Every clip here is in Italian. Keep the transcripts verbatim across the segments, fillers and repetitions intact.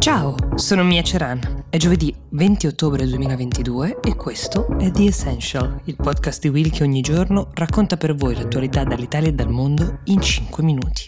Ciao, sono Mia Ceran. È giovedì venti ottobre duemilaventidue e questo è The Essential, il podcast di Will che ogni giorno racconta per voi l'attualità dall'Italia e dal mondo in cinque minuti.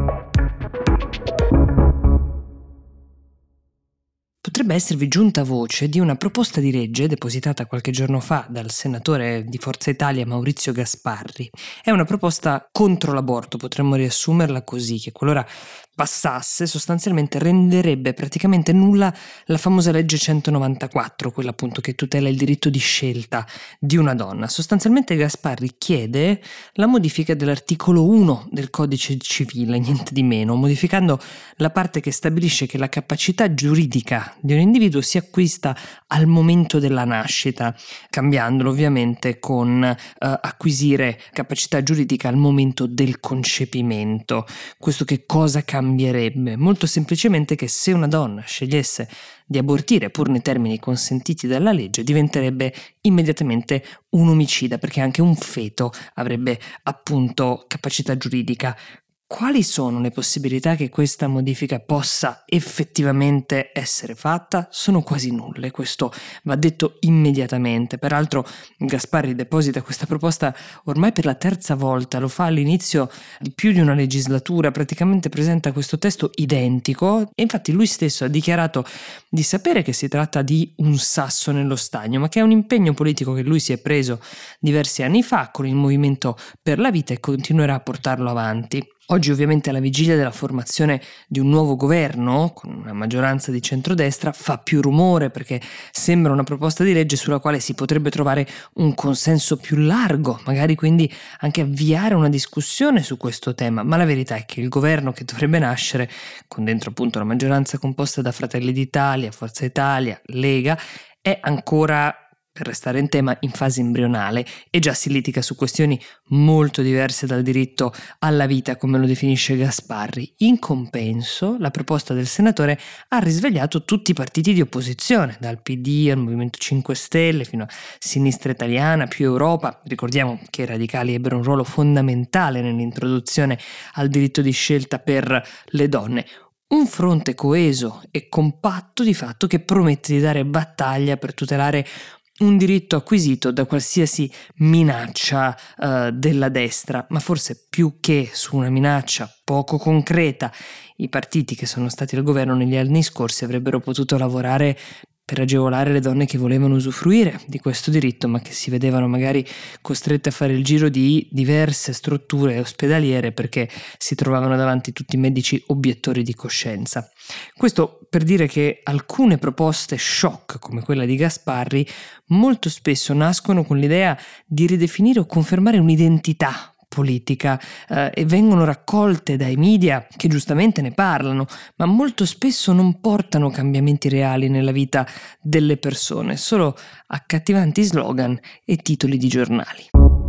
Potrebbe esservi giunta voce di una proposta di legge depositata qualche giorno fa dal senatore di Forza Italia Maurizio Gasparri. È una proposta contro l'aborto, potremmo riassumerla così, che qualora passasse sostanzialmente renderebbe praticamente nulla la famosa legge centonovantaquattro, quella appunto che tutela il diritto di scelta di una donna. Sostanzialmente Gasparri chiede la modifica dell'articolo uno del codice civile, niente di meno, modificando la parte che stabilisce che la capacità giuridica di un individuo si acquista al momento della nascita, cambiandolo ovviamente con eh, acquisire capacità giuridica al momento del concepimento. Questo che cosa cambierebbe? Molto semplicemente che se una donna scegliesse di abortire pur nei termini consentiti dalla legge, diventerebbe immediatamente un omicida, perché anche un feto avrebbe appunto capacità giuridica. Quali sono le possibilità che questa modifica possa effettivamente essere fatta? Sono quasi nulle, questo va detto immediatamente. Peraltro Gasparri deposita questa proposta ormai per la terza volta, lo fa all'inizio di più di una legislatura, praticamente presenta questo testo identico e infatti lui stesso ha dichiarato di sapere che si tratta di un sasso nello stagno, ma che è un impegno politico che lui si è preso diversi anni fa con il Movimento per la Vita e continuerà a portarlo avanti. Oggi ovviamente alla vigilia della formazione di un nuovo governo, con una maggioranza di centrodestra, fa più rumore perché sembra una proposta di legge sulla quale si potrebbe trovare un consenso più largo, magari quindi anche avviare una discussione su questo tema, ma la verità è che il governo che dovrebbe nascere, con dentro appunto la maggioranza composta da Fratelli d'Italia, Forza Italia, Lega, è ancora, per restare in tema, in fase embrionale e già si litiga su questioni molto diverse dal diritto alla vita, come lo definisce Gasparri. In compenso, la proposta del senatore ha risvegliato tutti i partiti di opposizione, dal P D al Movimento cinque Stelle fino a Sinistra Italiana, più Europa. Ricordiamo che i radicali ebbero un ruolo fondamentale nell'introduzione al diritto di scelta per le donne. Un fronte coeso e compatto di fatto che promette di dare battaglia per tutelare un diritto acquisito da qualsiasi minaccia uh, della destra, ma forse più che su una minaccia poco concreta, i partiti che sono stati al governo negli anni scorsi avrebbero potuto lavorare per agevolare le donne che volevano usufruire di questo diritto, ma che si vedevano magari costrette a fare il giro di diverse strutture ospedaliere perché si trovavano davanti tutti i medici obiettori di coscienza. Questo per dire che alcune proposte shock, come quella di Gasparri, molto spesso nascono con l'idea di ridefinire o confermare un'identità politica eh, e vengono raccolte dai media che giustamente ne parlano, ma molto spesso non portano cambiamenti reali nella vita delle persone, solo accattivanti slogan e titoli di giornali.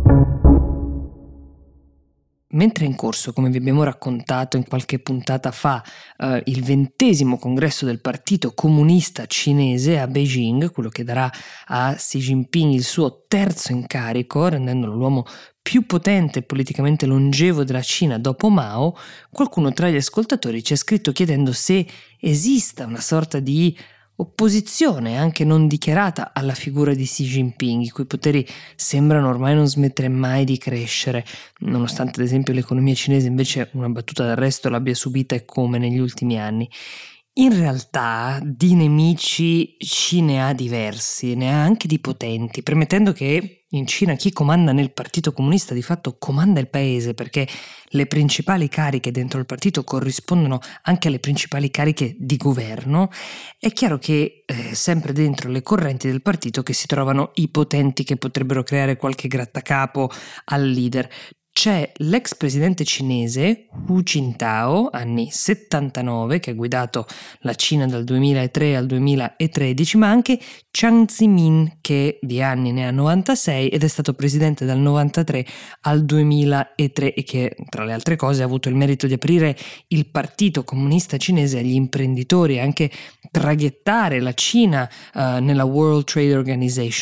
Mentre è in corso, come vi abbiamo raccontato in qualche puntata fa, eh, il ventesimo congresso del Partito Comunista Cinese a Beijing, quello che darà a Xi Jinping il suo terzo incarico, rendendolo l'uomo più potente e politicamente longevo della Cina dopo Mao, qualcuno tra gli ascoltatori ci ha scritto chiedendo se esista una sorta di opposizione anche non dichiarata alla figura di Xi Jinping, i cui poteri sembrano ormai non smettere mai di crescere, nonostante ad esempio l'economia cinese invece una battuta d'arresto l'abbia subita e come negli ultimi anni. In realtà di nemici Xi ne ha diversi, ne ha anche di potenti, permettendo che in Cina chi comanda nel Partito Comunista di fatto comanda il paese, perché le principali cariche dentro il partito corrispondono anche alle principali cariche di governo. È chiaro che eh, sempre dentro le correnti del partito che si trovano i potenti che potrebbero creare qualche grattacapo al leader. C'è l'ex presidente cinese Hu Jintao, anni settantanove, che ha guidato la Cina dal duemilatré al duemilatredici, ma anche Jiang Zemin, che di anni ne ha novantasei ed è stato presidente dal novantatré al duemilatré e che, tra le altre cose, ha avuto il merito di aprire il Partito Comunista Cinese agli imprenditori e anche traghettare la Cina uh, nella World Trade Organization.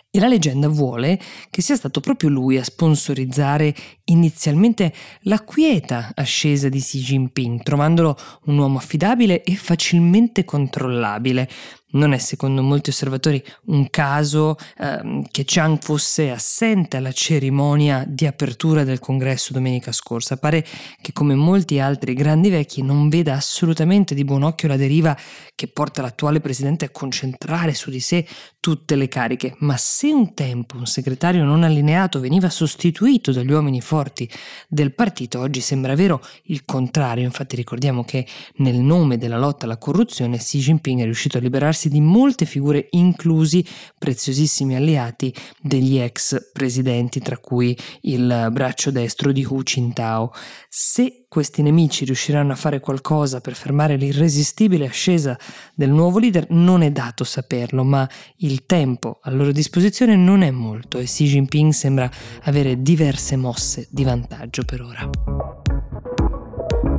E la leggenda vuole che sia stato proprio lui a sponsorizzare inizialmente la quieta ascesa di Xi Jinping, trovandolo un uomo affidabile e facilmente controllabile. Non è, secondo molti osservatori, un caso eh, che Chiang fosse assente alla cerimonia di apertura del congresso domenica scorsa. Pare che, come molti altri grandi vecchi, non veda assolutamente di buon occhio la deriva che porta l'attuale presidente a concentrare su di sé tutte le cariche. Ma se un tempo un segretario non allineato veniva sostituito dagli uomini forti del partito, oggi sembra vero il contrario. Infatti ricordiamo che nel nome della lotta alla corruzione Xi Jinping è riuscito a liberarsi di molte figure, inclusi preziosissimi alleati degli ex presidenti, tra cui il braccio destro di Hu Jintao. Se questi nemici riusciranno a fare qualcosa per fermare l'irresistibile ascesa del nuovo leader non è dato saperlo, ma il tempo a loro disposizione non è molto e Xi Jinping sembra avere diverse mosse di vantaggio per ora.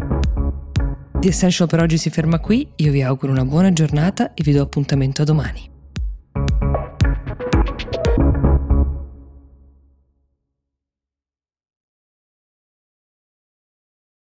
The Essential per oggi si ferma qui, io vi auguro una buona giornata e vi do appuntamento a domani.